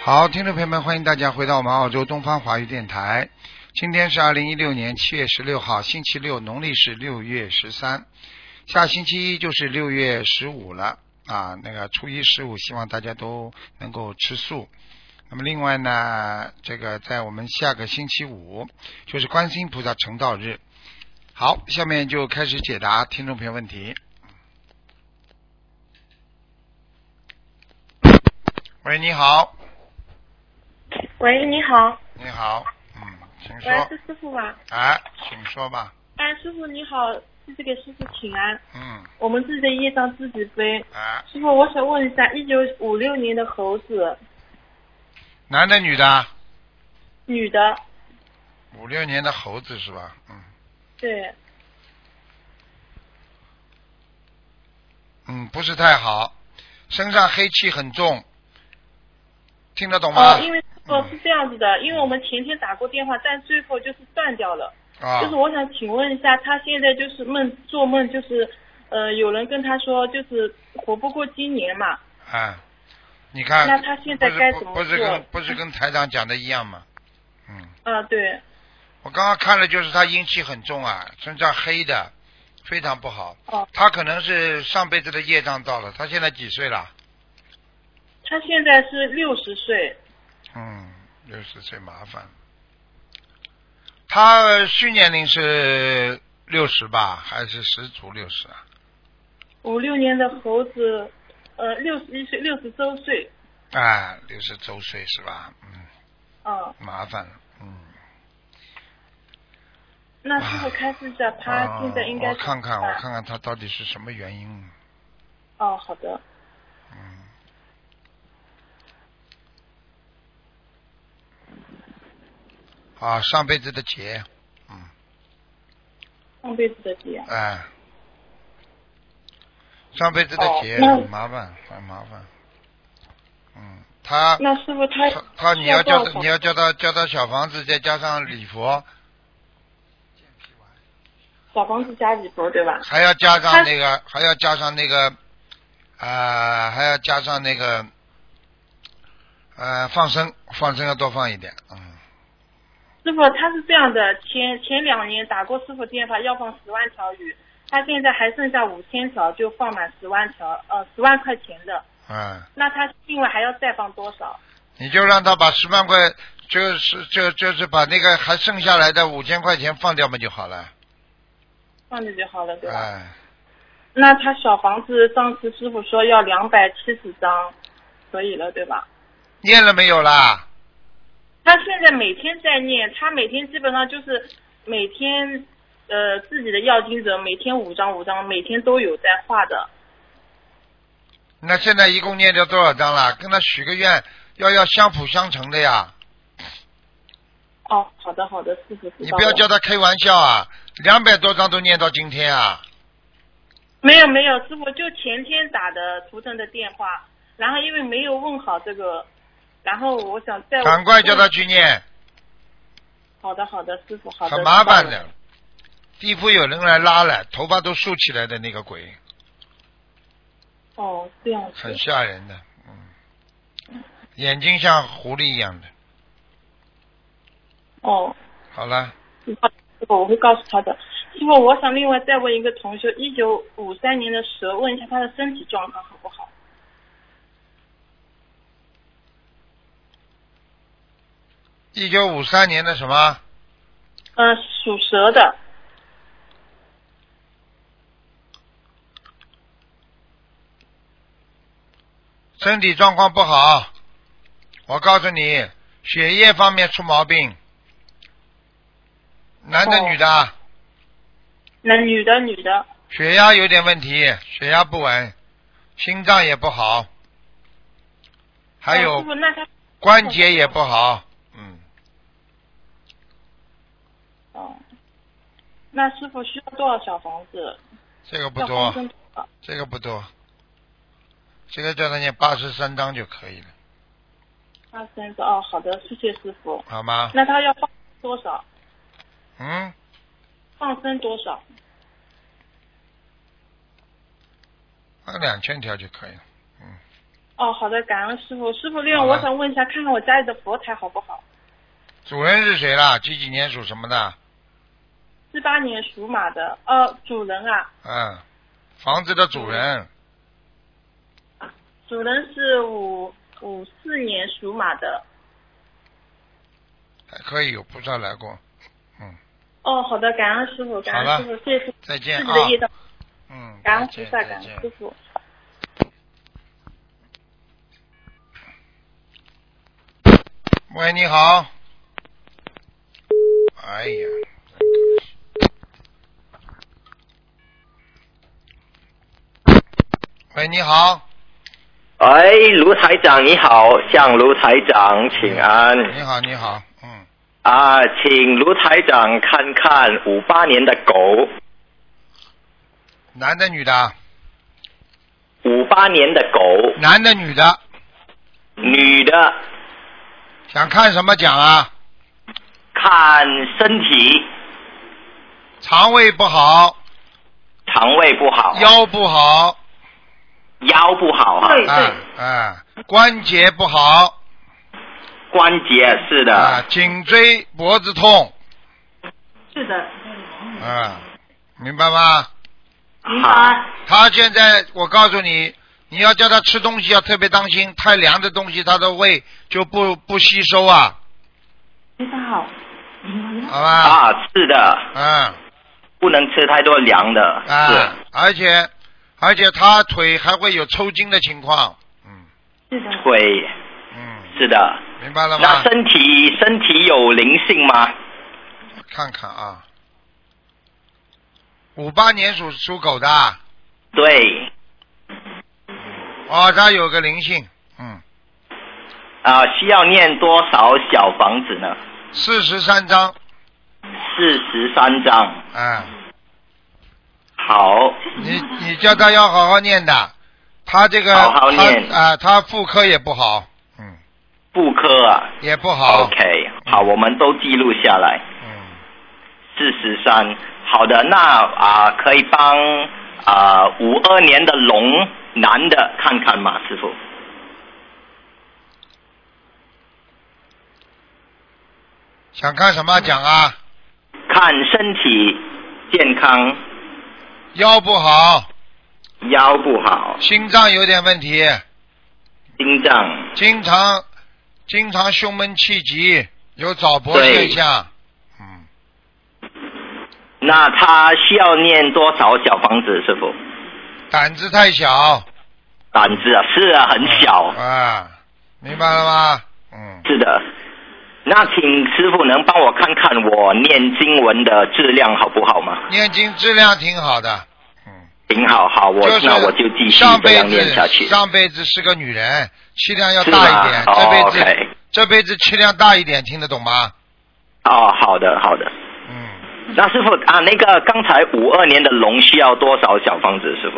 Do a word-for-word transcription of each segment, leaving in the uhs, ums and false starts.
好，听众朋友们，欢迎大家回到我们澳洲东方华语电台。今天是二零一六年七月十六号，星期六，农历是六月十三。下星期一就是六月十五了啊，那个初一十五，希望大家都能够吃素。那么另外呢，这个在我们下个星期五就是观世音菩萨成道日。好，下面就开始解答听众朋友问题。喂，你好。 喂，你好。 你好，嗯，请说。 喂，是师傅吧？ 哎，请说吧。 哎，师傅你好，谢谢给师傅请安。 嗯。 我们自己的业障自己背。 哎。 师傅，我想问一下，一九五六年的猴子。 男的女的？ 女的。 五六年的猴子是吧？嗯。 对。 嗯，不是太好，身上黑气很重，听得懂吗？ 哦，因为哦是这样子的，因为我们前天打过电话，但最后就是断掉了。 啊。 就是我想请问一下，他现在就是梦做梦，就是呃有人跟他说，就是活不过今年嘛。 啊。你看。 那他现在该怎么做？ 不是跟不是跟台长讲的一样吗？嗯。 啊，对。 我刚刚看了，就是他阴气很重啊，身上黑的，非常不好。 哦。 他可能是上辈子的业障到了。他现在几岁了？ 他现在是六十岁。 嗯，六十岁麻烦。他虚年龄是六十吧，还是十足六十啊？ 五六年的猴子，呃，六十一岁，六十周岁。 哎，六十周岁是吧？嗯。 嗯。 麻烦了，嗯。 那师傅开示一下，他现在应该、 啊、我看看，我看看他到底是什么原因。 哦，好的。 嗯。啊，上辈子的劫，嗯。 上辈子的劫。 哎。上辈子的劫、 哦、 很麻烦，很麻烦。嗯，他那师傅他他他你要叫他你要叫他叫他小房子，再加上礼佛。 小房子加礼佛对吧？ 还要加上那个，还要加上那个，呃，还要加上那个，呃，放生，放生要多放一点，嗯。 师傅他是这样的，前前两年打过师傅电话要放十万条鱼，他现在还剩下五千条，就放满十万条，呃，十万块钱的。 嗯。 那他另外还要再放多少？ 你就让他把十万块，就是就就是把那个还剩下来的五千块钱放掉嘛就好了。 放着就好了，对吧？ 哎。 那他小房子上次师傅说要两百七十张，可以了，对吧？ 念了没有啦？ 他现在每天在念，他每天基本上就是每天呃自己的要经者每天五张五张，每天都有在画的。 那现在一共念掉多少张了？跟他许个愿，要要相辅相成的呀。 哦，好的好的，师傅。 你不要叫他开玩笑啊！两百多张都念到今天啊！ 没有没有，师傅就前天打的图腾的电话，然后因为没有问好这个，然后我想再赶快叫他去念。 好的好的，师傅好的。 很麻烦的，地府有人来拉了，头发都竖起来的那个鬼。 哦，这样子。 很吓人的，嗯，眼睛像狐狸一样的。 哦。 好了。 师傅，我会告诉他的。师傅，我想另外再问一个同学，一九五三年的蛇，问一下他的身体状况好不好？ 一九五三年的什么？ 呃，属蛇的。 身体状况不好，我告诉你，血液方面出毛病。男的、 哦、 女的？ 男女的女的。 血压有点问题，血压不稳，心脏也不好，还有关节也不好，嗯。 哦，那师傅需要多少小房子？ 这个不多，这个不多，这个叫他念八十三章就可以了。 八十三章哦，好的，谢谢师傅。 好吗？ 那他要放多少？ 嗯？ 放生多少？ 放两千条就可以了，嗯。 哦，好的，感恩师傅。师傅，另好了外我想问一下，看看我家里的佛台好不好？ 主人是谁啦？几几年属什么的？ 四八年属马的，呃，主人啊， 嗯，房子的主人。 主人是五五四年属马的。 还可以，有菩萨来过。嗯。 哦，好的，感恩师傅，感恩师傅，谢谢师傅。 再见啊。 自己的业障。 嗯。 感恩菩萨， 再感恩见师傅。 喂，你好。哎呀，真可惜。喂，你好。 哎，卢台长你好，向卢台长请安。 你好，你好，嗯。 啊，请卢台长看看五八年的狗。 男的女的？ 五八年的狗。 男的女的？ 女的。 想看什么讲啊？ 看身体。 肠胃不好。 肠胃不好。 腰不好。 腰不好哈。 对对。 啊啊，关节不好。 关节是的。 啊，颈椎脖子痛。 是的。 啊，明白吗？ 明白。 他现在，我告诉你，你要叫他吃东西要特别当心，太凉的东西他的胃就不不吸收啊。 非常好。 好吧。 啊，是的。 嗯。 不能吃太多凉的。 啊。 是。 而且而且他腿还会有抽筋的情况。嗯。 是的。 腿。 嗯。 是的。 明白了吗？ 那身体身体有灵性吗？ 我看看啊。五八年属属狗的。 对。 哦，他有个灵性，嗯。 啊，需要念多少小房子呢？ 四十三章。 四十三章。 啊。 好。 你你叫他要好好念的，他这个好好念他啊，他妇科也不好，嗯。 妇科啊。 也不好。 OK， 好，我们都记录下来。 嗯。 四十三，好的，那啊、可以帮啊五二年的龙男的看看吗，师傅？ 想看什么讲啊？ 看身体健康。 腰不好。 腰不好。 心脏有点问题。 心脏。 经常经常胸闷气急，有早搏现象。嗯。 那他需要念多少小房子，师傅？ 胆子太小。 胆子啊，是啊，很小。 啊，明白了吗？嗯。 是的。那请师傅能帮我看看我念经文的质量好不好吗？ 念经质量挺好的。嗯。 挺好，好，我、 就是、 那我就继续这样念下去。 上辈子是个女人，气量要大一点。这辈子、 哦 okay、 这辈子气量大一点，听得懂吗？ 哦，好的，好的。 嗯。 那师傅啊，那个刚才五二年的龙需要多少小房子，师傅？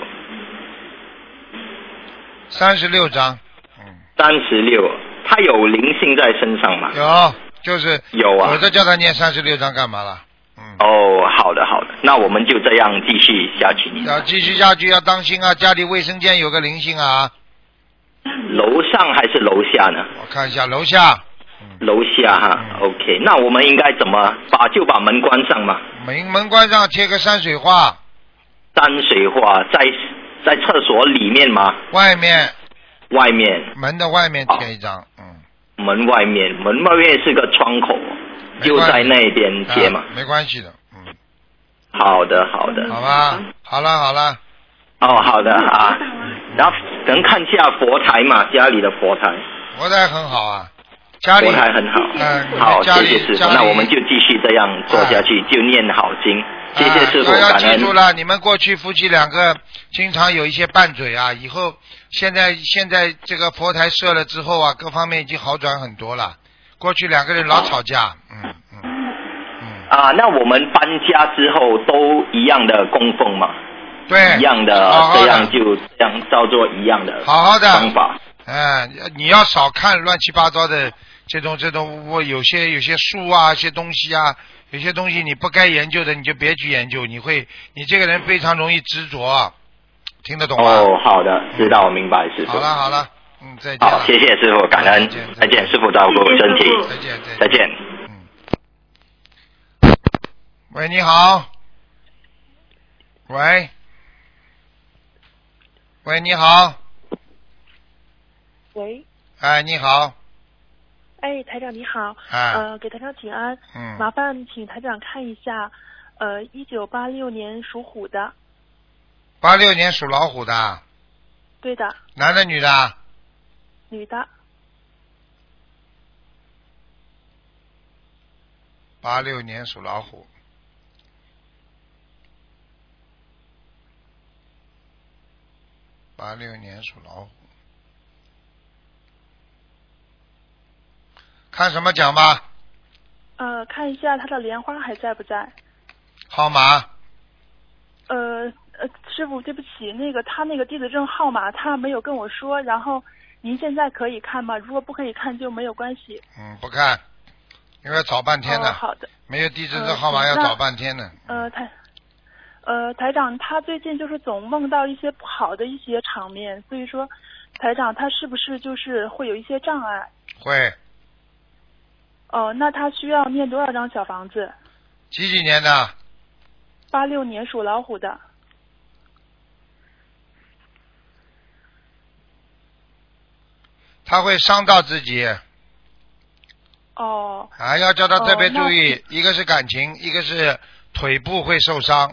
三十六张。嗯。 三十六，他有灵性在身上吗？ 有，就是有啊。 我在叫他念三十六张干嘛了？嗯。 哦，好的，好的，那我们就这样继续下去念。 要继续下去，要当心啊！家里卫生间有个灵性啊。 楼上还是楼下呢？ 我看一下楼下。 楼下哈、嗯、，OK， 那我们应该怎么把就把门关上吗？ 门门关上，贴个山水画。 山水画在在厕所里面吗？ 外面。 外面。 门的外面贴一张，嗯。 门外面，门外面是个窗口，就在那边贴嘛、 啊。没关系的，嗯。 好的，好的。 好吧，好了，好了。 哦，好的啊。然后能看下佛台嘛？家里的佛台。 佛台很好啊。家里佛台很好， 嗯， 好，谢谢师傅。那我们就继续这样做下去，啊、就念好经。谢谢师傅， 啊、要记住了，你们过去夫妻两个经常有一些拌嘴啊，以后现在现在这个佛台设了之后啊，各方面已经好转很多了。过去两个人老吵架，嗯嗯嗯。啊，那我们搬家之后都一样的供奉吗？ 对， 一样的， 好好的这样就这样照做一样的好好的方法。 哎，你要少看乱七八糟的这种这种，我有些有些书啊，一些东西啊，有些东西你不该研究的，你就别去研究，你会你这个人非常容易执着，听得懂吗？ 哦，好的，知道，明白，师傅。 好了好了，嗯， 嗯，再见。 好，谢谢师傅，感恩，再见，师傅照顾身体， 再见，再见。 再见。 嗯。喂，你好。喂。喂，你好。 喂。 哎，你好。 哎，台长你好。 哎。 呃，给台长请安。 嗯。 麻烦请台长看一下，呃，一九八六年属虎的。 八六年属老虎的。 对的。 男的女的？ 女的。 八六年属老虎。八六年属老虎。看什么讲吧？ 呃，看一下他的莲花还在不在？ 号码？ 呃呃，师傅，对不起，那个他那个地址证号码他没有跟我说，然后您现在可以看吗？如果不可以看就没有关系。 嗯，不看，因为找半天呢。 哦，好的。 没有地址证号码要找半天呢。 呃，台，呃，台长，他最近就是总梦到一些不好的一些场面，所以说，台长他是不是就是会有一些障碍？ 会。 哦，那他需要念多少张小房子？ 几几年的？ 八六年属老虎的。 他会伤到自己。 哦。 啊，要叫他特别注意， 哦、 一个是感情，一个是腿部会受伤。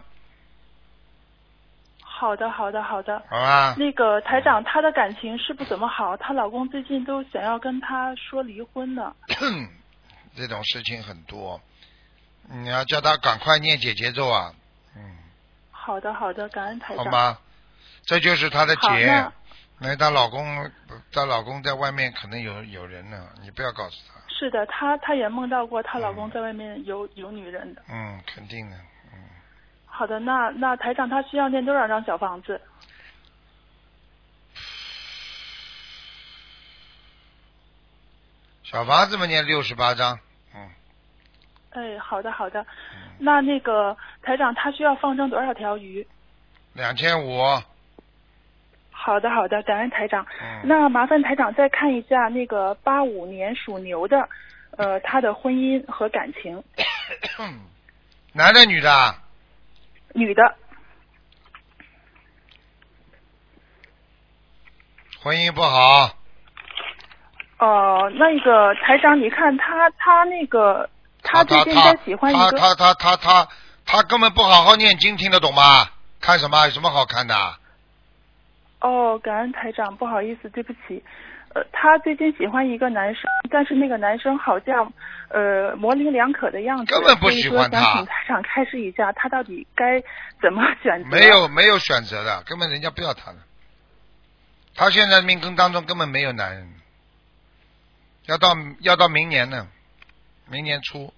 好的，好的，好的。 好吧。 那个台长，她的感情是不怎么好，她老公最近都想要跟她说离婚呢。 这种事情很多，你要叫他赶快念解结咒啊。嗯。 好的，好的，感恩台长。 好吗？这就是她的结。 那那她老公，她老公在外面可能有有人呢，你不要告诉她。 是的，她她也梦到过她老公在外面有、嗯、有女人的。 嗯，肯定的。嗯。 好的，那那台长他需要念多少张小房子？ 小房子嘛，念六十八张。嗯。 哎，好的好的。嗯、那那个台长他需要放生多少条鱼？ 两千五。 好的好的，感恩台长。 嗯。 那麻烦台长再看一下那个八五年属牛的，呃，他的婚姻和感情。 男的女的？ 女的。 婚姻不好。 哦、呃，那个台长，你看他他那个他最近在喜欢一个他他他他他他根本不好好念经，听得懂吗？看什么？有什么好看的？ 哦，感恩台长，不好意思，对不起。呃，他最近喜欢一个男生，但是那个男生好像呃模棱两可的样子， 根本不喜欢他。 所以说想请台长开示一下，他到底该怎么选择？ 没有没有选择的，根本人家不要他的。他现在命根当中根本没有男人，要到要到明年呢，明年初。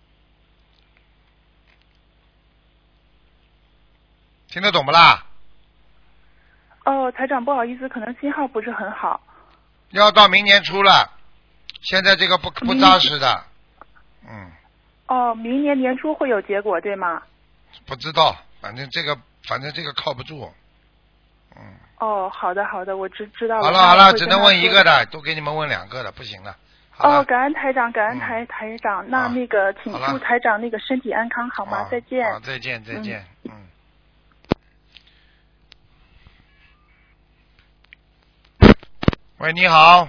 听得懂不啦？ 哦，台长，不好意思，可能信号不是很好。 要到明年初了，现在这个不不扎实的，嗯。 哦，明年年初会有结果，对吗？ 不知道，反正这个反正这个靠不住，嗯。 哦，好的好的，我知知道了。 好了好了，只能问一个的，都给你们问两个的，不行了。 哦，感恩台长，感恩台、嗯、台长，那那个请祝台长那个身体安康，好吗？再见。 好，再见再见，嗯。嗯喂，你好。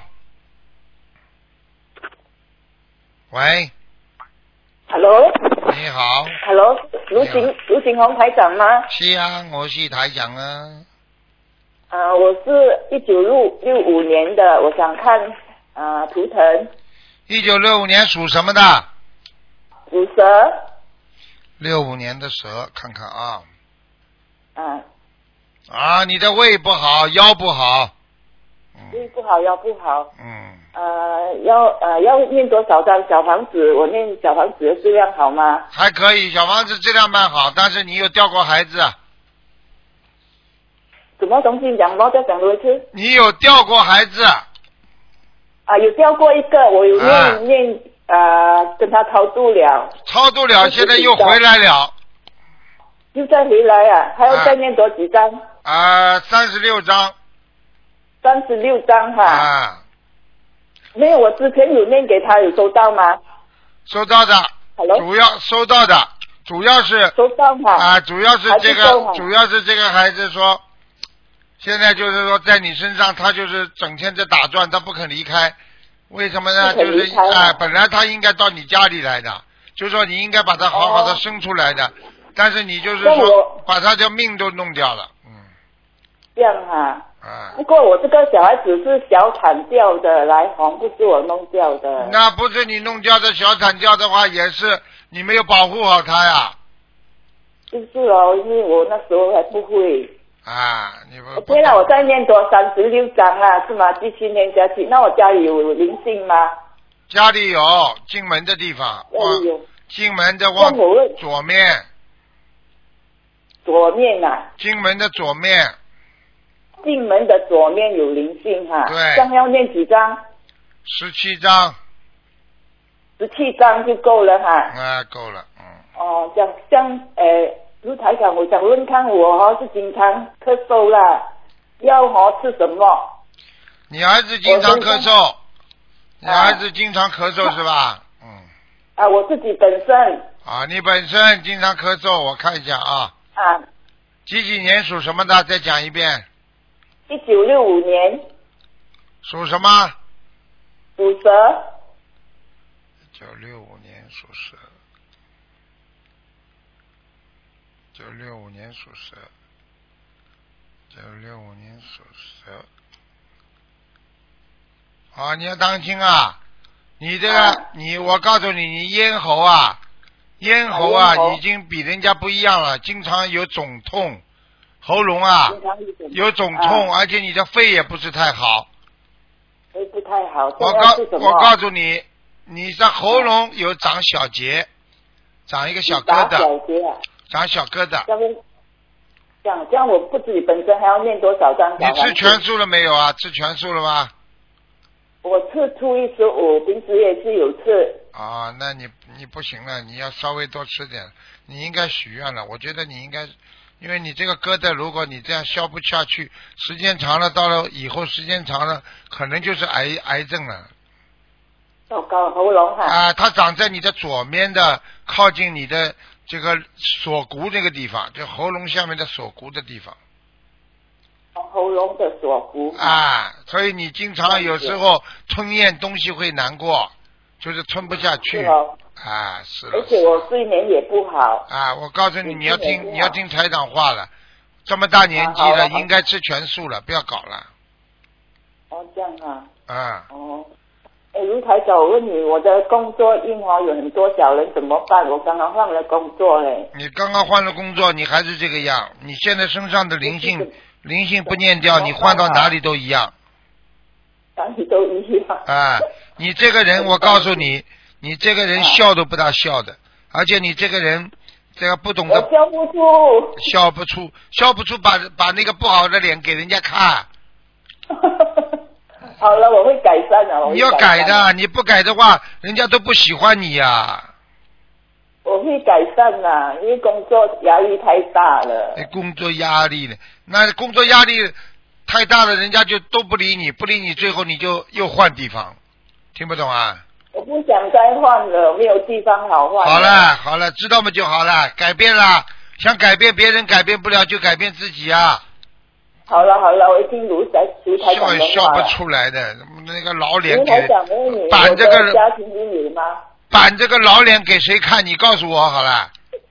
喂。 Hello。 你好。 Hello， 卢景卢景宏台长吗？ 是啊，我是台长啊。 呃，我是一九六六五年的，我想看呃图腾。 一九六五年属什么的？ 属蛇。 六五年的蛇，看看啊。 嗯。 啊，你的胃不好，腰不好。 胃不好，腰不好。 嗯。 呃，要呃要念多少张小房子？我念小房子的质量好吗？ 还可以，小房子质量蛮好，但是你有掉过孩子。 什么东西讲？我再讲多一次。 你有掉过孩子？ 啊，有掉过一个，我有念、啊、念呃跟他超度了。 超度了，现在又回来了。 又再回来啊？还要再念多几张？ 啊，三十六张。 三十六张哈。 啊， 没有，我之前有念给他，有收到吗？ 收到的。 Hello？ 主要收到的，主要是收到哈。 啊，主要是这个， 还是够哈主要是这个孩子说，现在就是说在你身上，他就是整天在打转，他不肯离开。为什么呢？ 不肯就是离开啊哎、本来他应该到你家里来的，就是说你应该把他好好的生出来的，但是你就是那说我把他的命都弄掉了，嗯， 这样哈。 啊， 不过我这个小孩子是小产掉的，来红不是我弄掉的。 那不是你弄掉的小产掉的话，也是你没有保护好他呀， 就是哦，因为我那时候还不会。 啊，你不不 OK 了， 懂我再念多三十六章啦，是吗？继续念下去。那我家里有灵性吗？ 家里有进门的地方， 家往里有。 进门的往那我问左面， 左面啊， 进门的左面进门的左面有灵性哈。 对这样要念几张？ 十七张， 十七张就够了哈。 啊，够了，嗯， 哦，这样这样，呃，卢台长，我想问看我哦是经常咳嗽啦，要哦吃什么？ 你儿子经常咳嗽，你啊儿子经常咳嗽是吧？嗯， 啊，我自己本身啊，你本身经常咳嗽，我看一下啊， 啊， 几几年属什么的？再讲一遍， 一九六五年属什么？ 属蛇。 一九六五年属蛇，九六五年属蛇，九六五年属蛇。啊，你要当心啊！你这个， 啊你我告诉你，你咽喉啊，咽喉啊， 啊咽喉已经比人家不一样了，经常有肿痛，喉咙啊经常有点有肿痛， 啊而且你的肺也不是太好。 哎，不太好。 我这要告吃什么？ 我告诉你，你的喉咙有长小结，长一个小疙打瘩， 小结啊， 长小疙瘩。 这样这样这样，我不自己本身还要念多少张？ 你吃全素了没有啊？吃全素了吗？ 我吃初一十五，平时也是有吃。 啊，那你你不行了，你要稍微多吃点。你应该许愿了，我觉得你应该，因为你这个疙瘩，如果你这样消不下去，时间长了，到了以后时间长了，可能就是癌癌症了。 糟糕，喉咙哈。 啊，它长在你的左面的，靠近你的这个锁骨这个地方，就喉咙下面的锁骨的地方。 喉咙的锁骨啊，所以你经常有时候吞咽东西会难过，就是吞不下去。 是哦啊，是的。 而且我睡眠也不好。 啊，我告诉你，你要睡眠不好听，你要听台长话了。这么大年纪了， 啊好了应该吃全素了，不要搞了。 哦，这样啊。 啊， 哦。哎，卢台长，我问你，我的工作因哦有很多小人怎么办？我刚刚换了工作嘞。 你刚刚换了工作，你还是这个样，你现在身上的灵性灵性不念掉，你换到哪里都一样。 哪里都一样。 啊，你这个人，我告诉你，你这个人笑都不大笑的，而且你这个人，这个不懂我得笑不出。 笑不出，笑不出把把那个不好的脸给人家看。 好了，我会改善的。我会你要改改善的，你不改的话，人家都不喜欢你呀、 我会改善啦，因为工作压力太大了。 你工作压力呢？那工作压力太大了，人家就都不理你，不理你，最后你就又换地方，听不懂啊？ 我不想再换了，没有地方好换。 好了好了，知道嘛就好了，改变了，想改变别人改变不了，就改变自己啊。 好了好了，我已经卢台卢台长笑的话也笑不了。 出来的，那个老脸卢给台长问你， 板这个我的家庭阴影吗？ 板这个老脸给谁看？你告诉我好了。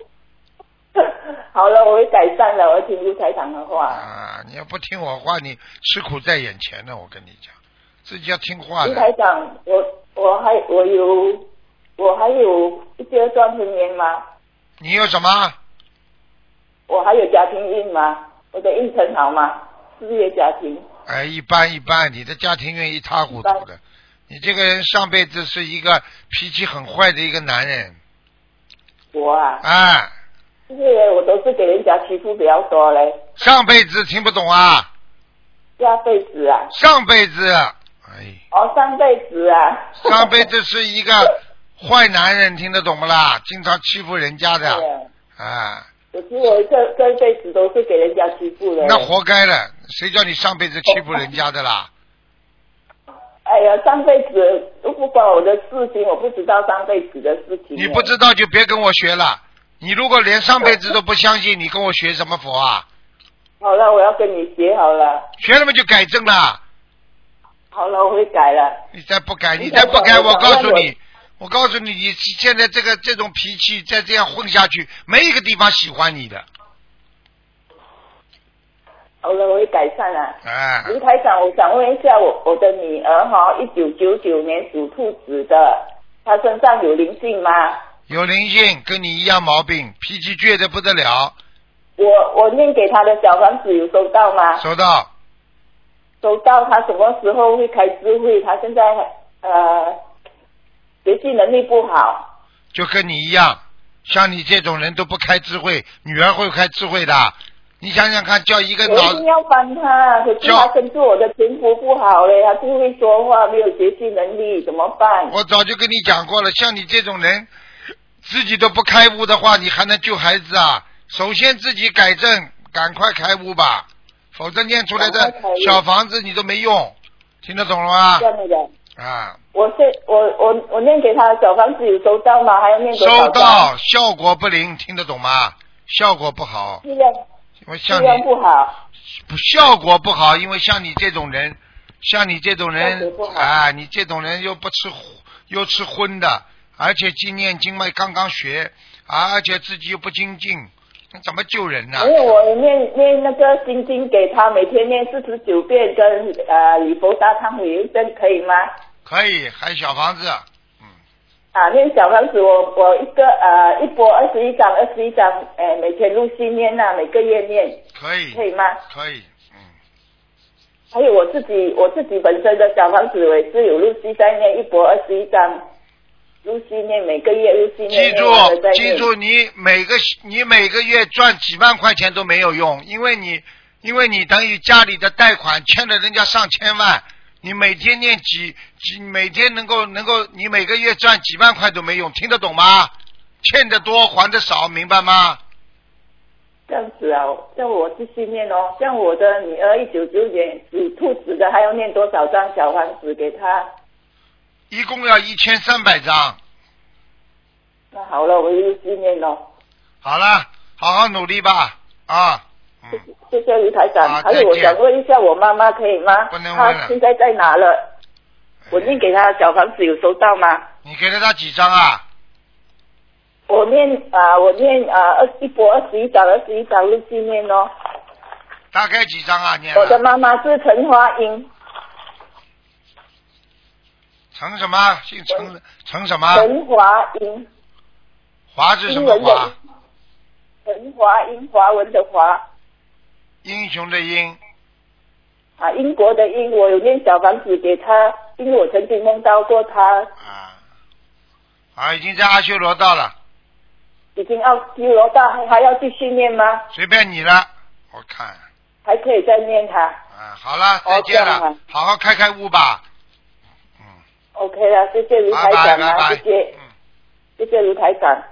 好了，我会改善了，我听卢台长的话。 啊，你要不听我话，你吃苦在眼前呢。我跟你讲，自己要听话卢的。 台长，我我还我有我还有一些断婚缘吗？ 你有什么？ 我还有家庭运吗？我的运程好吗？事业家庭。 哎，一般一般，你的家庭运一塌糊涂的。你这个人上辈子是一个脾气很坏的一个男人。 我啊。 哎。 是我都是给人家欺负比较多嘞。 上辈子听不懂啊？ 下辈子啊？ 上辈子，哎。 哦，上辈子啊。 上辈子是一个坏男人，听得懂不啦？经常欺负人家的。 对啊。 可是我这这辈子都是给人家欺负的。 那活该了，谁叫你上辈子欺负人家的啦？ 哎呀，上辈子都不关我的事情，我不知道上辈子的事情。 你不知道就别跟我学了。你如果连上辈子都不相信，你跟我学什么佛啊？ 好了，我要跟你学好了。 学了嘛就改正了。 好了，我会改了。 你再不改，你再不改，我告诉你，我告诉你，你现在这个这种脾气，再这样混下去，没一个地方喜欢你的。 好了，我会改善了。 哎， 卢台长，我想问一下，我我的女儿哈，一九九九年属兔子的，她身上有灵性吗？ 有灵性，跟你一样毛病，脾气倔得不得了。 我我念给她的小房子有收到吗？ 收到。 收到，她什么时候会开智慧？她现在呃学习能力不好。 就跟你一样，像你这种人都不开智慧，女儿会开智慧的。你想想看，叫一个脑我一定要帮她，可是她跟着我的前夫不好嘞，她不会说话，没有学习能力，怎么办？ 我早就跟你讲过了，像你这种人，自己都不开悟的话，你还能救孩子啊？首先自己改正，赶快开悟吧，否则念出来的小房子你都没用，听得懂了吗？ 这样的。 啊。 我是我我我念给他的小房子有收到吗？还要念多少？ 收到，效果不灵，听得懂吗？效果不好。 质量因为像你质量不好。 不效果不好，因为像你这种人，像你这种人啊，你这种人又不吃又吃荤的，而且经念经脉刚刚学，而且自己又不精进，那怎么救人呢？ 因为我念念那个心经给他，每天念四十九遍跟呃礼佛大忏悔一遍，可以吗？ 可以，还有小房子。嗯。 啊，念小房子，我我一个呃一波二十一张，二十一张，呃每天陆续念呐、啊，每个月念。 可以。 可以吗？ 可以，嗯。 还有我自己我自己本身的小房子，我也是有陆续在念一波二十一张。陆续念，每个月陆续念。 记住，记住，你每个你每个月赚几万块钱都没有用，因为你因为你等于家里的贷款欠了人家上千万，你每天念几几，每天能够能够，你每个月赚几万块都没用，听得懂吗？欠的多还的少，明白吗？ 这样子啊，像我继续念哦，像我的女儿一九九年属兔子的，还要念多少张小房子给她？ 一共要一千三百张。 那好了，我就去念咯。 好了，好好努力吧，啊！ 嗯、谢谢卢台长。 啊、 还有，我想问一下我妈妈可以吗？ 不能问了。 她现在在哪了？我念给她的小房子有收到吗？ 你给了她几张啊？ 我念啊、呃，我念啊，二一波二十一张，二十一张陆续念哦。 大概几张啊？念。 我的妈妈是陈花英。 陈什么？姓陈？陈什么？ 陈华英。 华是什么华？ 陈华英，华文的华。 英雄的英。 啊，英国的英，我有念小房子给他，因为我曾经梦到过他。 啊。啊，已经在阿修罗道了。 已经阿修罗道，还还要继续念吗？ 随便你了，我看。 还可以再念他。 啊，好了，再见了，哦、好好开开悟吧。 OK 了，谢谢卢台长啊，拜拜谢谢，嗯、谢谢卢台长。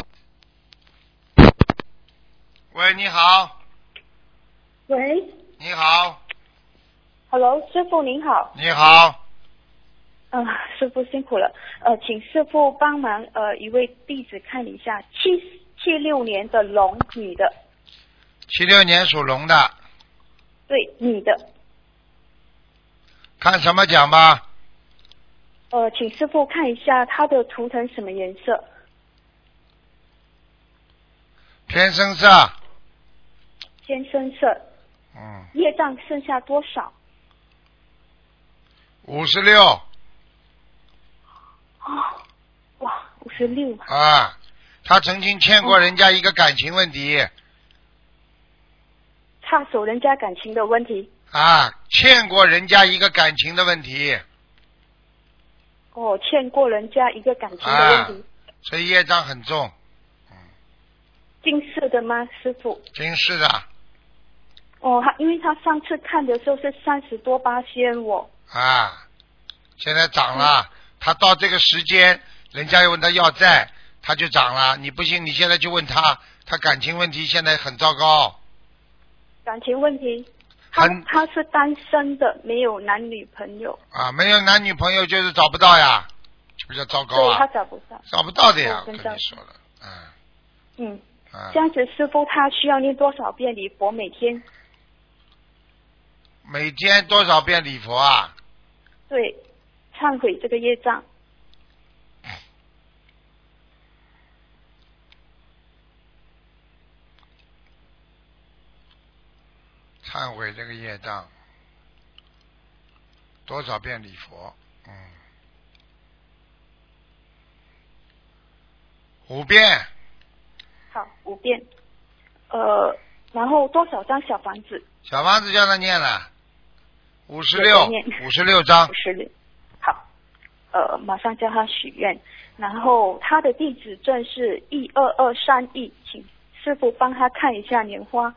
喂，你好。 喂。 你好。 Hello， 师傅您好。 你好。 嗯、呃，师傅辛苦了。呃，请师傅帮忙，呃，一位弟子看一下，七七六年的龙女的。 七六年属龙的。 对，女的。 看什么讲吧？ 呃，请师傅看一下她的图腾什么颜色？ 偏深色。 偏深色。 嗯。 业障剩下多少？ 五十六。 哦，哇，五十六。 啊，他曾经欠过人家一个感情问题。 插手人家感情的问题。 啊，欠过人家一个感情的问题。 哦，欠过人家一个感情的问题。 啊，所以业障很重。嗯。 近视的吗，师傅？ 近视的。 哦，他因为他上次看的时候是三十多八仙哦。 啊，现在涨了。嗯，他到这个时间，人家又问他要债，他就涨了。你不信，你现在就问他， 他感情问题现在很糟糕。 感情问题，他很他是单身的，没有男女朋友。 啊，没有男女朋友就是找不到呀，就比较糟糕对，他啊， 找不到。 找不到的呀，我哦跟着跟你说了，嗯嗯， 嗯， 这样子师傅他需要念多少遍礼佛每天？ 每天多少遍礼佛啊？ 对，忏悔这个业障。 忏悔这个业障，多少遍礼佛？嗯，五遍。 好，五遍。呃，然后多少张小房子？ 小房子叫他念了，五十也六在念， 五十六章五。十六。好，呃，马上叫他许愿。然后他的地址证是一二二三一，请师傅帮他看一下年花。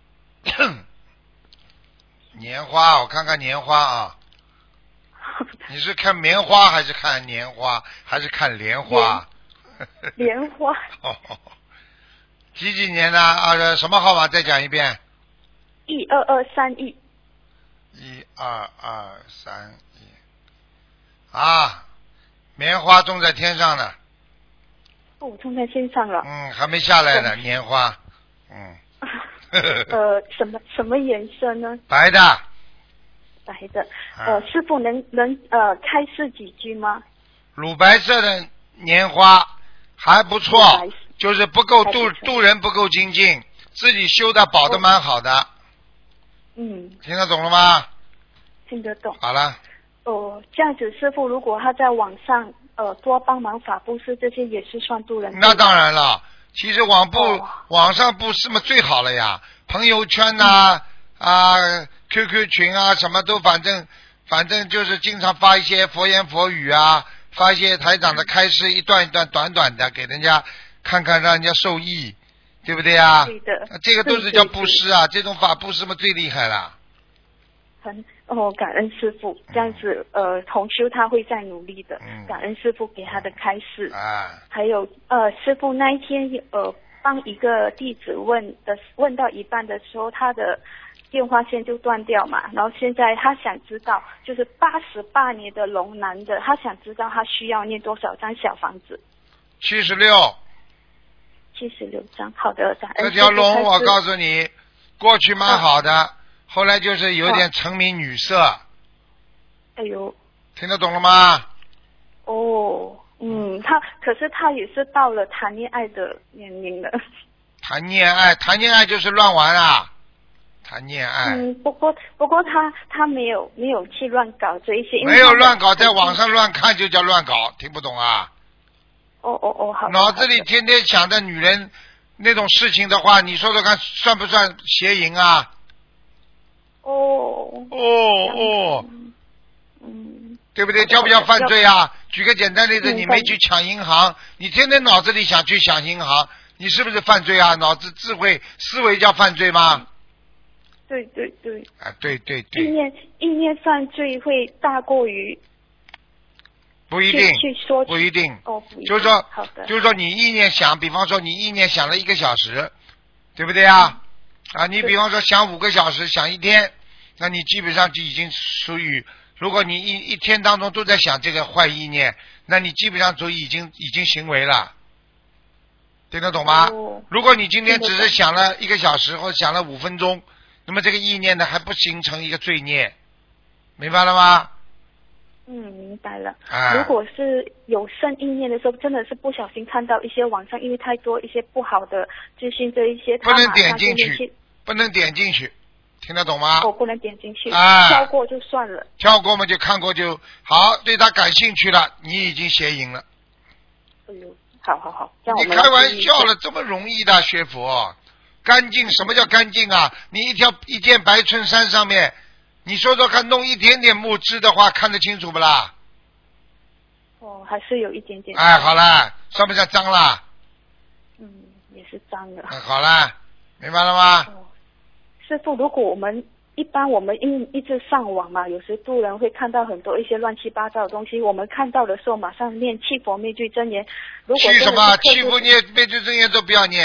年花，我看看年花啊。你是看棉花还是看年花还是看莲花？ 莲花。 哦，几几年的啊？什么号码？再讲一遍。 一二二三一。 一二二三一。啊，棉花种在天上呢。 哦，种在天上了。 嗯，还没下来呢，年花。嗯。 呃，什么什么颜色呢？ 白的。 白的。呃，师傅能能呃开示几句吗？ 乳白色的年花还不错，就是不够度度人不够精进，自己修的保的蛮好的。 嗯。 听得懂了吗？ 听得懂。 好了。 哦，这样子，师傅如果他在网上呃多帮忙法布施这些，也是算度人。 那当然了，其实网布、 哦、 网上布施嘛最好了呀，朋友圈呐 啊, 啊 Q Q 群啊，什么都反正反正就是经常发一些佛言佛语啊，发一些台长的开示，一段一段短短的给人家看看，让人家受益，对不对啊？ 对的。 这个都是叫布施啊，这种法布施嘛最厉害了。 很哦，感恩师傅，这样子、嗯、呃，同修他会再努力的。 嗯、 感恩师傅给他的开示。 啊。 还有呃，师傅那一天呃帮一个弟子问的，问到一半的时候，他的电话线就断掉嘛，然后现在他想知道，就是八十八年的龙男的，他想知道他需要念多少张小房子。 七十六。 七十六张，好的，感恩。 这条龙我告诉你，过去蛮好的。啊，后来就是有点沉迷女色。哦、 哎呦。 听得懂了吗？ 哦，嗯，他可是他也是到了谈恋爱的年龄了。 谈恋爱，谈恋爱就是乱玩啊！谈恋爱。 嗯，不过不过他他没有没有去乱搞这一些。 没有乱搞，在网上乱看就叫乱搞，听不懂啊？ 哦哦哦，好。 脑子里天天想着女人那种事情的话，你说说看，算不算邪淫啊？ 哦哦哦， 嗯， 对不对？叫不叫犯罪啊？举个简单例子，你没去抢银行，你天天脑子里想去抢银行，你是不是犯罪啊？脑子智慧思维叫犯罪吗？ 对对对。 啊，对对对。 意念意念犯罪会大过于。 不一定， 去说不一定。 哦，不一定。 就是说， 好的。 就是说，你意念想，比方说你意念想了一个小时，对不对啊？嗯、啊，你比方说想五个小时，想一天，那你基本上就已经属于，如果你一一天当中都在想这个坏意念，那你基本上就已经已经行为了，听得懂吗？ 哦、 如果你今天只是想了一个小时或想了五分钟，那么这个意念呢还不形成一个罪孽，明白了吗？ 嗯，明白了。 啊、 如果是有生意念的时候，真的是不小心看到一些网上因为太多一些不好的资讯，这一些不能点进去，不能点进去，听得懂吗？ 我、哦、不能点进去， 啊， 跳过就算了。 跳过嘛，就看过就好，对他感兴趣了，你已经邪淫了。 哎呦，好好好， 你开玩笑了，这么容易的学佛，干净？什么叫干净啊？你一条一件白衬衫上面。你说说看，弄一点点木质的话，看得清楚不啦？ 哦，还是有一点点。 哎，好了，算不算脏啦？ 嗯，也是脏的。 嗯，好了，明白了吗？ 哦，师父，如果我们一般我们一一直上网嘛，有时度人会看到很多一些乱七八糟的东西，我们看到的时候马上念七佛灭罪真言。如果去什么七佛念灭罪真言都不要念，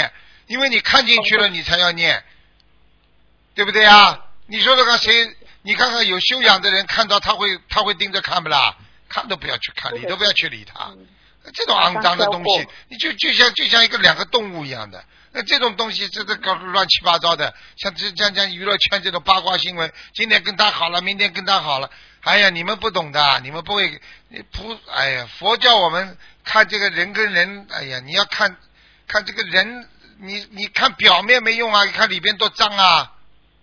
因为你看进去了，你才要念，对不对啊？你说说看谁？你看看有修养的人看到他会他会盯着看不啦？看都不要去看，理都不要去理他。 嗯这种肮脏的东西，你就就像就像一个两个动物一样的。那这种东西，这个搞乱七八糟的，像这像像娱乐圈这种八卦新闻，今天跟他好了，明天跟他好了。哎呀，你们不懂的，你们不会，你不，哎呀，佛教我们看这个人跟人，哎呀，你要看看这个人，你你看表面没用啊，你看里边多脏啊。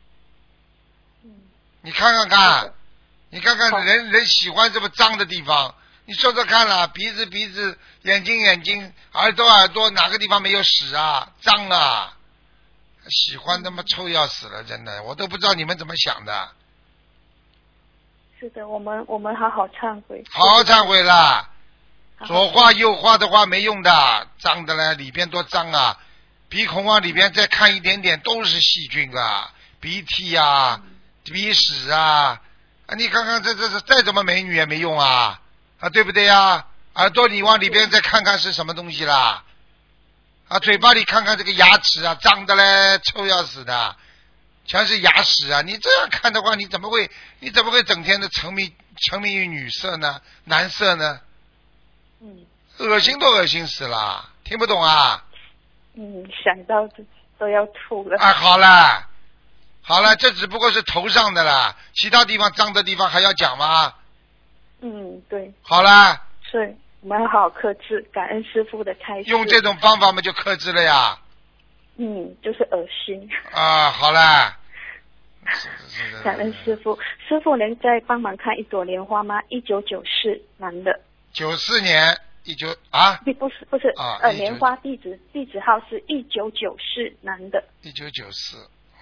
你看看看，你看看人人喜欢这么脏的地方。你说说看了，鼻子鼻子，眼睛眼睛，耳朵耳朵，哪个地方没有屎啊？脏啊！喜欢他妈臭要死了，真的，我都不知道你们怎么想的。 是的，我们我们好好忏悔。 好好忏悔啦！左画右画的话没用的，脏的嘞，里边多脏啊！鼻孔往里边再看一点点，都是细菌啊，鼻涕啊，鼻屎啊！啊，你看看这这这再怎么美女也没用啊！啊，对不对呀？耳朵你往里边再看看是什么东西啦？啊，嘴巴里看看这个牙齿啊，脏的嘞，臭要死的，全是牙屎啊！你这样看的话，你怎么会你怎么会整天的沉迷沉迷于女色呢？男色呢？ 嗯， 恶心都恶心死了，听不懂啊？ 嗯，想到都都要吐了。 啊，好了，好了，这只不过是头上的啦，其他地方脏的地方还要讲吗？ 嗯，对。 好了。 是，我们要好好克制，感恩师父的开示。 用这种方法嘛，就克制了呀。 嗯，就是恶心。 啊，好了。 感恩师父，师父能再帮忙看一朵莲花吗？一九九四，男的。 九四年一九啊？ 不是不是， 啊、 呃，莲花地址地址号是一九九四，男的。 一九九四。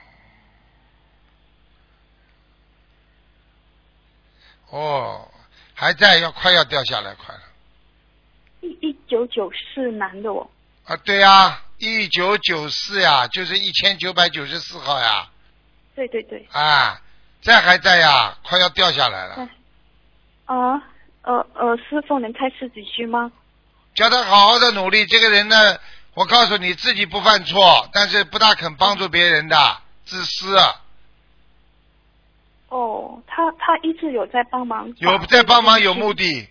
哦。还在，要快要掉下来，快了。 一一九九四男的哦。 啊，对呀，一九九四呀，就是一千九百九十四号呀。 对对对。 啊，在还在呀，快要掉下来了。 啊，呃呃，师父能开示几句吗？ 叫他好好的努力，这个人呢，我告诉你，自己不犯错，但是不大肯帮助别人的，自私。 哦，他他一直有在帮忙， 有在帮忙，有目的。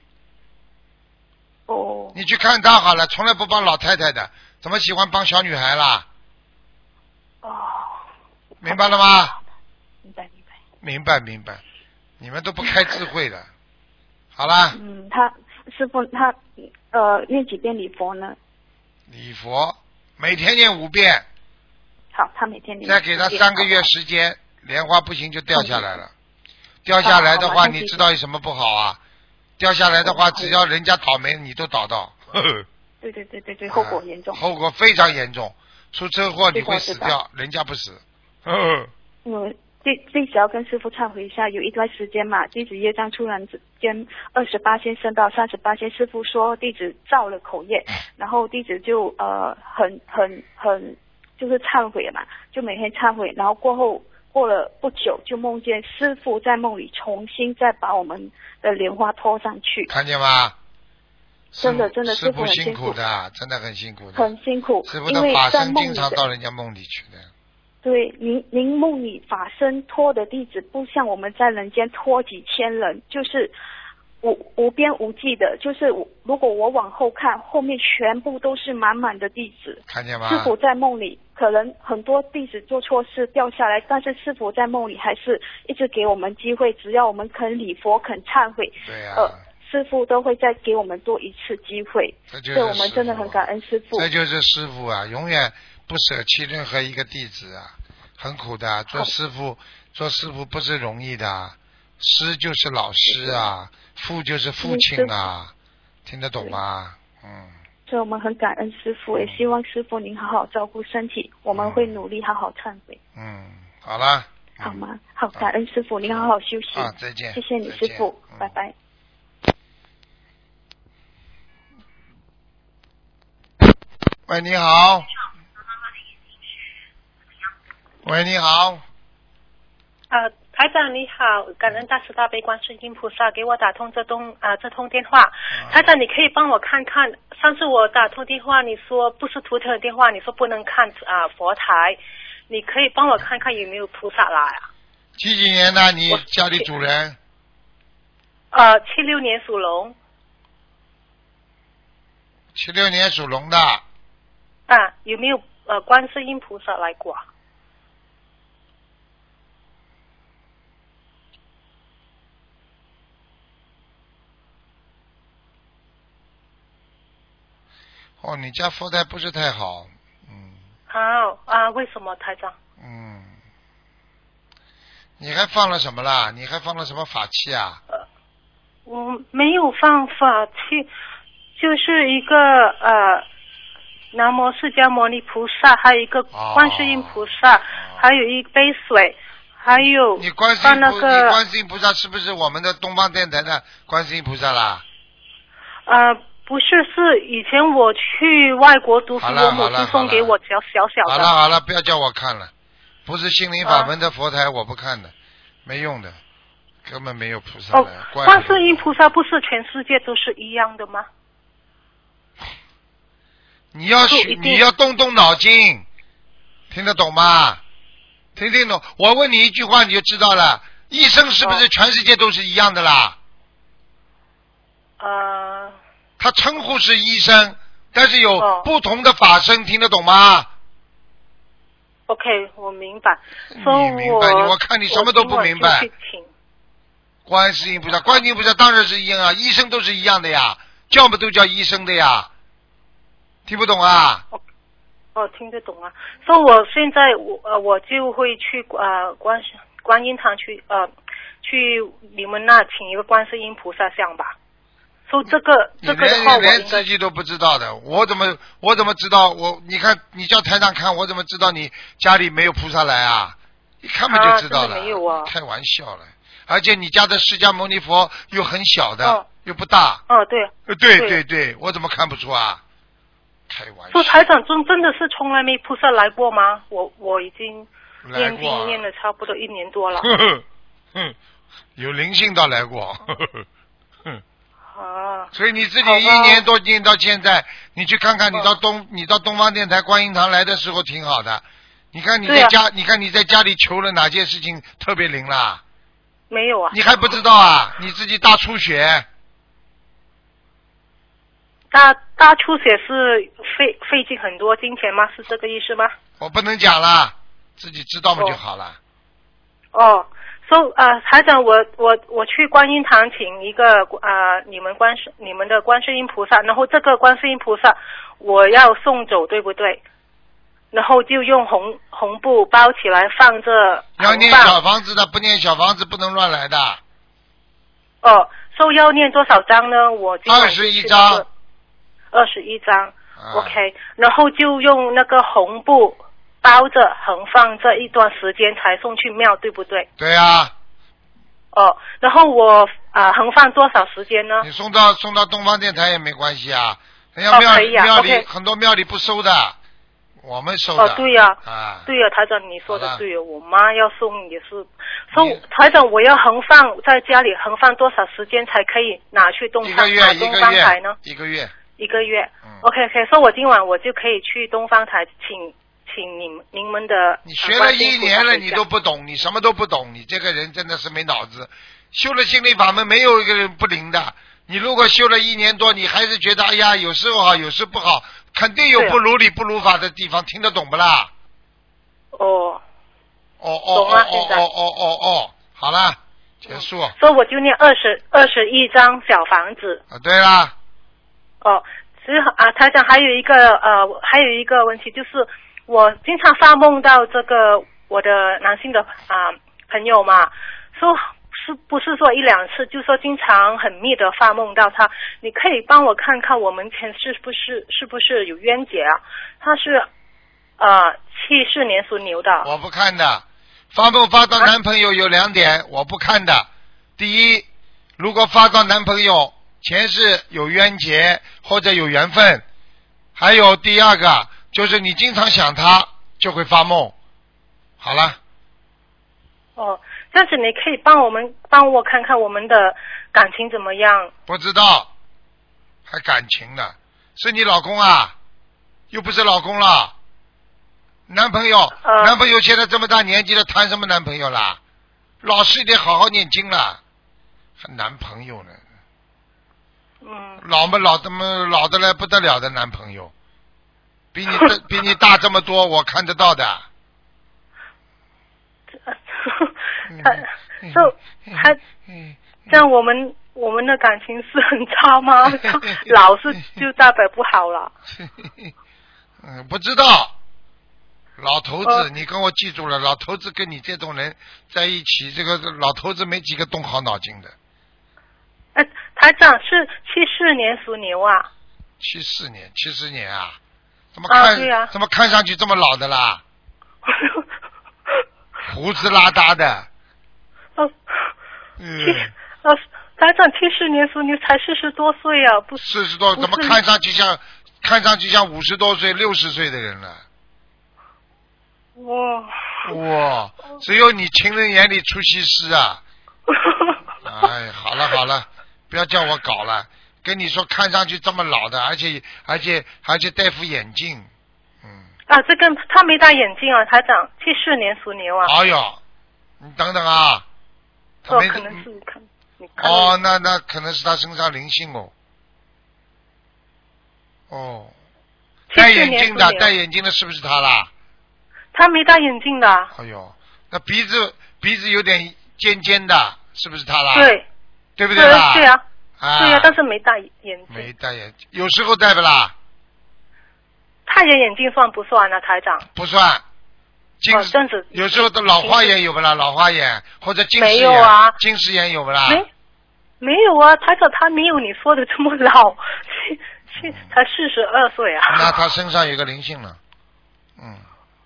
哦。 你去看他好了，从来不帮老太太的，怎么喜欢帮小女孩啦？ 哦。 明白了吗？ 明白明白。 明白明白，你们都不开智慧的。好啦。 嗯，他师父他呃念几遍礼佛呢？ 礼佛每天念五遍。 好，他每天念。 再给他三个月时间。莲花不行就掉下来了，掉下来的话，你知道有什么不好啊？掉下来的话，只要人家倒霉，你都倒到。呵呵对对对对对，后果严重。 后果非常严重，出车祸你会死掉，人家不死。呵呵嗯，弟弟子要跟师父忏悔一下，有一段时间嘛，弟子业障突然之间二十八仙升到三十八仙，师父说弟子造了口业，然后弟子就呃很很很就是忏悔嘛，就每天忏悔，然后过后。过了不久，就梦见师父在梦里重新再把我们的莲花拖上去。 看见吗？ 真的真的， 师父辛苦的，真的很辛苦的。 很辛苦。 师父的法身经常到人家梦里去的。 对，您您梦里法身拖的弟子，不像我们在人间拖几千人，就是无无边无际的，就是如果我往后看，后面全部都是满满的弟子。 看见吗？ 师父在梦里。可能很多弟子做错事掉下来，但是师父在梦里还是一直给我们机会，只要我们肯礼佛、肯忏悔， 对呀、啊， 呃，师父都会再给我们多一次机会。 这就是我们真的很感恩师父。 这就是师父啊，永远不舍弃任何一个弟子啊，很苦的。做师父，做师父不是容易的，师就是老师啊，父就是父亲啊，听得懂吗？嗯。 所以我们很感恩师父，也希望师父您好好照顾身体，我们会努力好好忏悔。 嗯，好了。 好吗？好，感恩师父，您好好休息。 啊，再见。 谢谢你，师父， 嗯、 拜拜。 喂，你好。喂，你好。 呃，台台长你好，感恩大慈大悲观世音菩萨给我打通这通啊、呃、这通电话。台长，你可以帮我看看，上次我打通电话，你说不是图腾的电话，你说不能看啊、呃、佛台，你可以帮我看看有没有菩萨来啊？ 几几年的？你家里主人？ 呃，七六年属龙。 七六年属龙的。 啊，有没有呃观世音菩萨来过？ 哦，你家佛台不是太好，嗯。 好啊，为什么台长？ 嗯。你还放了什么啦？你还放了什么法器啊？ 呃，我没有放法器，就是一个呃，南无释迦牟尼菩萨，还有一个观世音菩萨，哦、还有一杯水，还有你观世音菩、那个、你观世音菩萨是不是我们的东方电台的观世音菩萨啦？ 呃。不是，是以前我去外国读书，我母亲送给我小小小的。 好了好了，不要叫我看了，不是心灵法门的佛台，我不看的，啊、没用的，根本没有菩萨来。 哦，观世音菩萨不是全世界都是一样的吗？ 你要学，你要动动脑筋，听得懂吗？听听懂？我问你一句话，你就知道了。医生是不是全世界都是一样的啦？ 呃。 他称呼是医生，但是有不同的法身，哦、听得懂吗 ？OK， 我明白。 你明白？我看你什么都不明白。观世音菩萨，观世音菩萨当然是一样啊，医生都是一样的呀，叫不都叫医生的呀？听不懂啊？ 哦，哦听得懂啊。所以我现在我呃我就会去呃观观音堂去呃去你们那请一个观世音菩萨像吧。说这个这个的话， 你连自己都不知道的，我怎么我怎么知道？我你看你叫台长看，我怎么知道你家里没有菩萨来啊？一看不就知道了？ 啊、没有啊！ 开玩笑了，而且你家的释迦牟尼佛又很小的，哦、又不大。 哦，对。 对对对对，我怎么看不出啊？开玩笑。 说台长真真的是从来没菩萨来过吗？我我已经念经念了差不多一年多了。 呵呵哼，有灵性倒来过。呵呵哼。 啊， 所以你自己一年多念到现在，你去看看，你到东、哦、你到东方电台观音堂来的时候挺好的。你看你在家，啊、你看你在家里求了哪件事情特别灵啦？ 没有啊。 你还不知道啊？你自己大出血。 大大出血是费费尽很多金钱吗？是这个意思吗？ 我不能讲了，自己知道嘛就好了。 哦。哦所、so, 呃，台长，我我我去观音堂请一个呃你们观世你们的观世音菩萨，然后这个观世音菩萨我要送走，对不对？然后就用红红布包起来放着。 要念小房子的，不念小房子不能乱来的。 哦，所、so, 要念多少张呢？我二十一张。 二十一张、啊、，OK， 然后就用那个红布包着横放这一段时间才送去庙，对不对？ 对啊。 哦，然后我啊、呃、横放多少时间呢？ 你送到送到东方电台也没关系啊，人家庙、 哦啊、 庙里、 okay、 很多庙里不收的，我们收的。 哦，对呀、 啊，啊， 对呀、啊，台长你说的对，我妈要送也是。所以台长，我要横放在家里横放多少时间才可以拿去东方台东方台呢？ 一个月。 一个月。 嗯、 OK OK， 所以我今晚我就可以去东方台请。请你们你们的， 你学了一年了，你都不懂，你什么都不懂，你这个人真的是没脑子。修了心灵法门，没有一个人不灵的。你如果修了一年多，你还是觉得哎呀，有时候好，有时不好，肯定有不如理不如法的地方，听得懂不啦？ 哦。 哦哦哦哦哦哦哦哦，好了，结束。 所以我就念二十二十一张小房子。 啊，对啦。 哦，其实啊，台长还有一个呃，还有一个问题就是。我经常发梦到这个我的男性的啊、呃、朋友嘛，说是不是说一两次，就说经常很密的发梦到他。你可以帮我看看我们前世不是是不是有冤结啊？他是呃七四年属牛的。 我不看的，发梦发到男朋友有两点、啊、我不看的。第一，如果发到男朋友前世有冤结或者有缘分，还有第二个。就是你经常想他，就会发梦。好了。 哦， 但是你可以帮我们帮我看看我们的感情怎么样？ 不知道，还感情呢？是你老公啊？又不是老公了。男朋友， 呃、 男朋友现在这么大年纪了，谈什么男朋友啦？老实一点，好好念经了，还男朋友呢？ 嗯。 老么老的么老的来不得了的男朋友，比你比你大这么多，我看得到的。 他就他这样，我们我们的感情是很差吗？老是就代表不好了。 嗯，不知道。老头子， 呃、 你跟我记住了，老头子跟你这种人在一起，这个老头子没几个动好脑筋的。 哎，台长是七四年属牛啊。 七四年，七四年啊？怎么看？ 啊对啊、 怎么看上去这么老的啦？胡子拉碴的。 哦。 嗯。 呃，台长七四年属牛，才四十多岁啊，不。 四十多，怎么看上去像看上去像五十多岁、六十岁的人了？ 哇哇！只有你情人眼里出西施啊！哎，好了好了，不要叫我搞了。跟你说，看上去这么老的，而且而且而且戴副眼镜，嗯。 啊，这个他没戴眼镜啊，台长，七四年属牛啊。 哎呦，你等等啊！ 哦，可能是你看，你看。 哦，那那可能是他身上灵性哦。哦。戴眼镜的，戴眼镜的是不是他啦？ 他没戴眼镜的。 哎呦，那鼻子鼻子有点尖尖的，是不是他啦？ 对， 对不对啦？ 对啊， 啊对啊，但是没戴眼镜。 没戴眼镜，有时候戴不啦？ 太阳眼镜算不算呢，台长？ 不算。近视、 哦、是有时候的老花眼有不啦？老花眼或者近视眼？ 没有啊。 近视眼有不啦？ 没，没有啊，台长他没有你说的这么老，才四十二岁啊。 那他身上有个灵性了，嗯。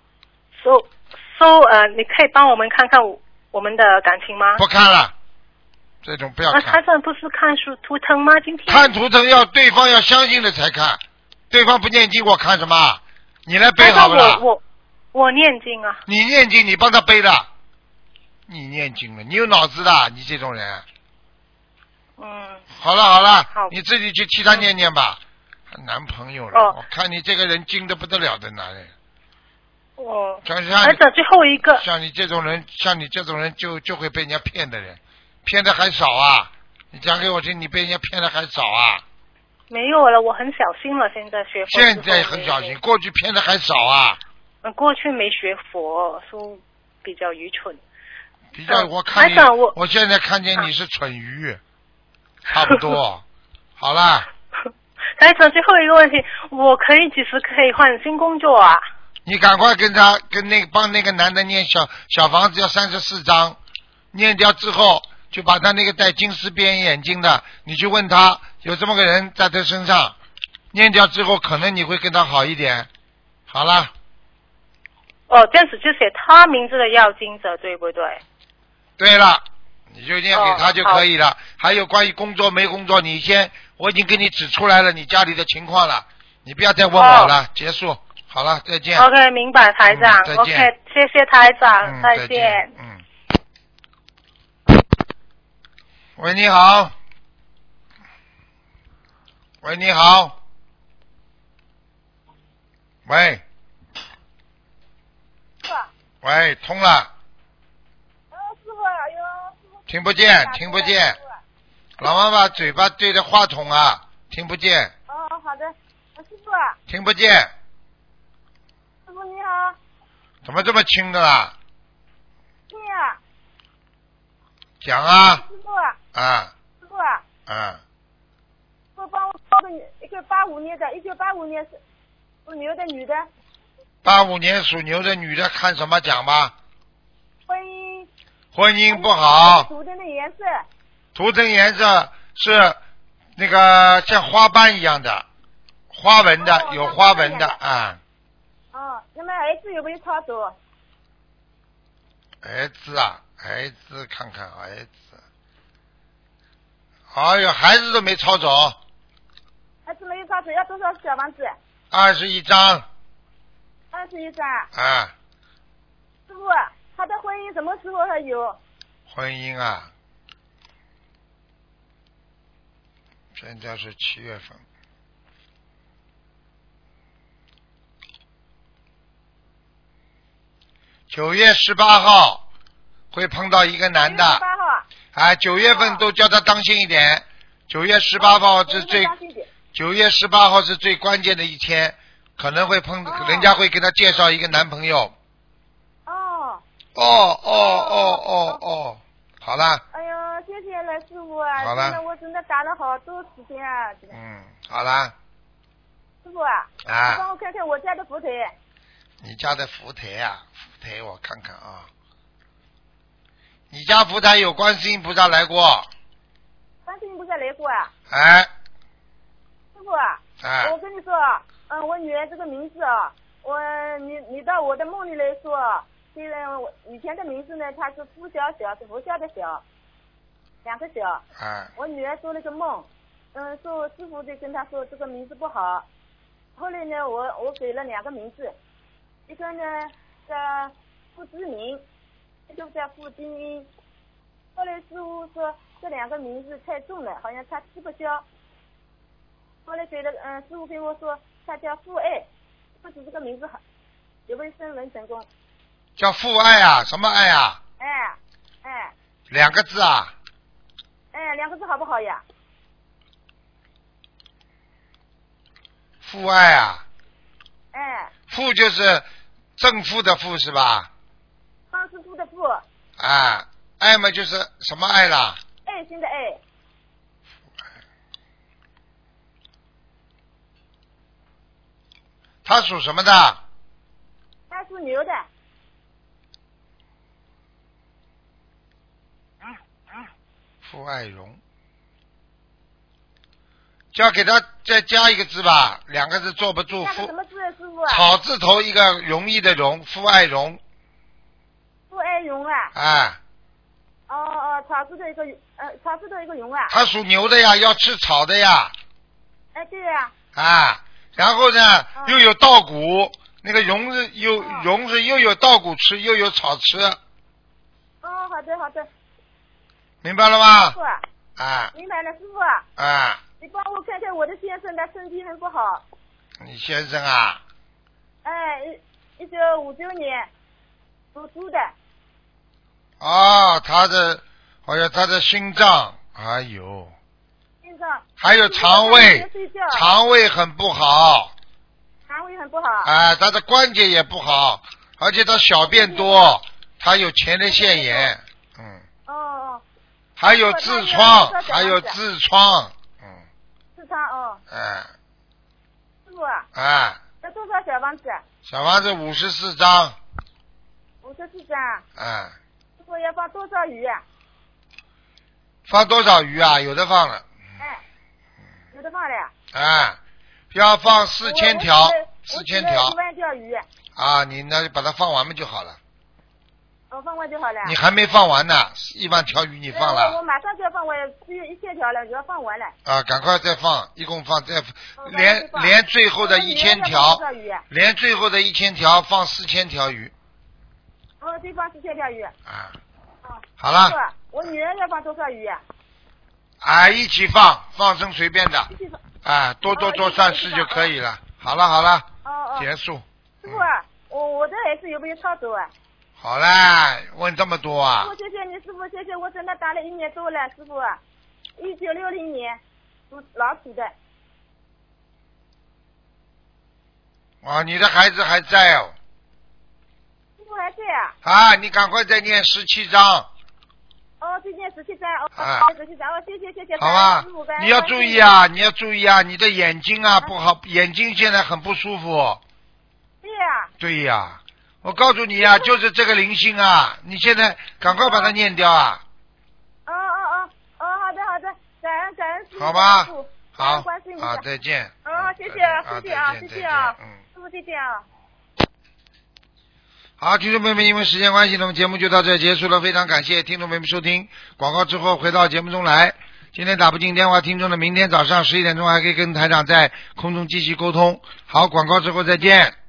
so so 呃，你可以帮我们看看我们的感情吗？ 不看了，这种不要看。 那台长不是看书图腾吗？今天看图腾要对方要相信了才看，对方不念经我看什么？你来背好不啦？ 我我我念经啊。 你念经，你帮他背的。你念经了，你有脑子的，你这种人。 嗯。 好了好了， 好你自己去替他念念吧。嗯、男朋友了、 哦， 我看你这个人精得不得了的男人。 哦， 像而且最后一个， 像你这种人，像你这种人就就会被人家骗的人，骗的还少啊！你讲给我听，你被人家骗的还少啊？ 没有了，我很小心了，现在学佛。 现在很小心，过去骗的还少啊。 嗯，过去没学佛，说比较愚蠢。 比较，我看你， 我我现在看见你是蠢鱼，差不多。好啦。 台长，最后一个问题，我可以几时可以换新工作啊？ 你赶快跟他跟那帮那个男的念小小房子要三十四章，念掉之后就把他那个戴金丝边眼镜的，你去问他有这么个人在他身上，念掉之后可能你会跟他好一点。好了。 哦，这样子就写他名字的要经者，对不对？ 对了，你就念给他就可以了。 哦、 还有关于工作没工作，你先我已经给你指出来了你家里的情况了，你不要再问我了。哦、结束。好了，再见。 OK， 明白，台长。 嗯、再见 OK， 谢谢台长， 嗯、 再见。 见。 嗯。喂，你好。喂，你好。喂。喂，通了。 呃，师傅，哎呦， 听不见，听不见。老妈妈嘴巴对着话筒啊，听不见。 哦，好的，师傅。 听不见。 师傅你好。 怎么这么轻的啦？ 听啊。 讲啊。 师傅。 啊。 师傅。 啊。 师傅帮我报个一个八五年的，一九八五年是属牛的女的。 八五年属牛的女的，看什么讲吧？ 婚姻。 婚姻不好。 图腾的颜色。 图腾颜色是那个像花斑一样的，花纹的， 哦、 有花纹的啊。 哦，那么儿子有没有操作？ 儿子啊，儿子看看儿子。哎呦，孩子都没抄走。 孩子没有操作，要多少小房子？ 二十一张。 二十一张。 啊。 师傅，他的婚姻什么时候还有？ 婚姻啊，现在是七月份，九月十八号会碰到一个男的。 八号。 啊，九月份都叫他当心一点。九月十八号是最，九月十八号是最关键的一天，可能会碰， 哦、 人家会给他介绍一个男朋友。 哦。 哦哦哦哦哦，好了。 哎呦，谢谢了师傅啊！ 好了。 真的，我真的打了好多时间啊。 嗯，好了。 师傅啊。 啊。 你帮我看看我家的佛台。 你家的福台啊，福台我看看啊。你家福台有观世音菩萨来过？ 观世音菩萨来过啊？ 哎。 师傅啊。 哎。 我跟你说，嗯，我女儿这个名字啊，我你你到我的梦里来说，虽然我以前的名字呢，她是付小小，是佛教的小，两个小。 哎。 我女儿做了个梦，嗯，说师傅就跟她说这个名字不好，后来呢，我我给了两个名字。一个呢叫付志明，一个叫付金英。后来师傅说这两个名字太重了，好像他吃不消。后来给了嗯，师傅跟我说他叫付爱，不知这个名字好有没有升文成功？ 叫父爱啊？什么爱啊？ 哎哎。 两个字啊？ 哎，两个字好不好呀？ 父爱啊？ 哎。 父就是正负的负是吧？ 方师傅的父。 啊，爱嘛就是什么爱啦？ 爱心的爱。 他属什么的？ 他属牛的。 傅爱荣，就要给他再加一个字吧，两个字坐不住。 加个什么字，师傅啊？ 草字头一个容易的容，傅爱荣。 傅爱荣啊。 哎。 哦哦，草字头一个呃，草字头一个荣啊。 他属牛的呀，要吃草的呀。 哎，对呀。 啊，然后呢， 哦、 又有稻谷，那个荣是又荣是又有稻谷吃，又有草吃。 哦，好的好的。 明白了吗？ 师傅啊。 啊。 明白了，师傅啊。 啊。 你帮我看看我的先生，他身体很不好。 你先生啊？ 哎，一一九五九年属猪的。 哦，他的，好像他的心脏，哎呦。 心脏。 还有肠胃，肠胃很不好。 肠胃很不好。 哎，他的关节也不好，而且他小便多，他有前列腺炎，嗯。 哦哦。 还有痔疮，还有痔疮，嗯。 痔疮哦。 哎。 师傅啊。 哎。 那多少小房子？ 小房子五十四张。 五十四张。 哎。 师傅要放多少鱼啊？ 放多少鱼啊？有的放了。 哎。有的放了呀。 哎，要放四千条，四千条。 一万条鱼。 啊，你那就把它放完嘛就好了。 我放完就好了。 你还没放完呢，一万条鱼你放了。 我我马上就要放完，只有一千条了，就要放完了。 啊，赶快再放，一共放再连连最后的一千条，连最后的一千条放四千条鱼。 哦，再放四千条鱼。 啊。 哦。 好了。 我女儿要放多少鱼啊？ 啊，一起放，放生随便的。 一起放。 啊，多多做善事就可以了。好了好了。 哦哦。 结束。 师傅啊，我我的孩子有没有抄走啊？ 好啦，问这么多啊！ 师傅，谢谢你，师傅，谢谢，我真的打了一年多了，师傅啊，一九六零年属老鼠的。 啊，你的孩子还在哦。 师傅还在啊？ 啊，你赶快再念十七章。 哦，再念十七章，哦， 啊， 十七章，哦，谢谢谢谢。 好吧，你要注意啊，你要注意啊，你的眼睛啊不好，眼睛现在很不舒服。 对呀。 对呀。我告诉你啊，就是这个灵性啊，你现在赶快把它念掉啊！ 哦哦哦哦，好的好的，感恩感恩师傅， 好吧，好， 好， 再见。 哦，谢谢谢谢啊，谢谢啊， 嗯， 师傅再见啊。 好，听众朋友们，因为时间关系，那么节目就到这结束了，非常感谢听众朋友们收听。广告之后回到节目中来。今天打不进电话，听众的明天早上十一点钟还可以跟台长在空中继续沟通。好，广告之后再见。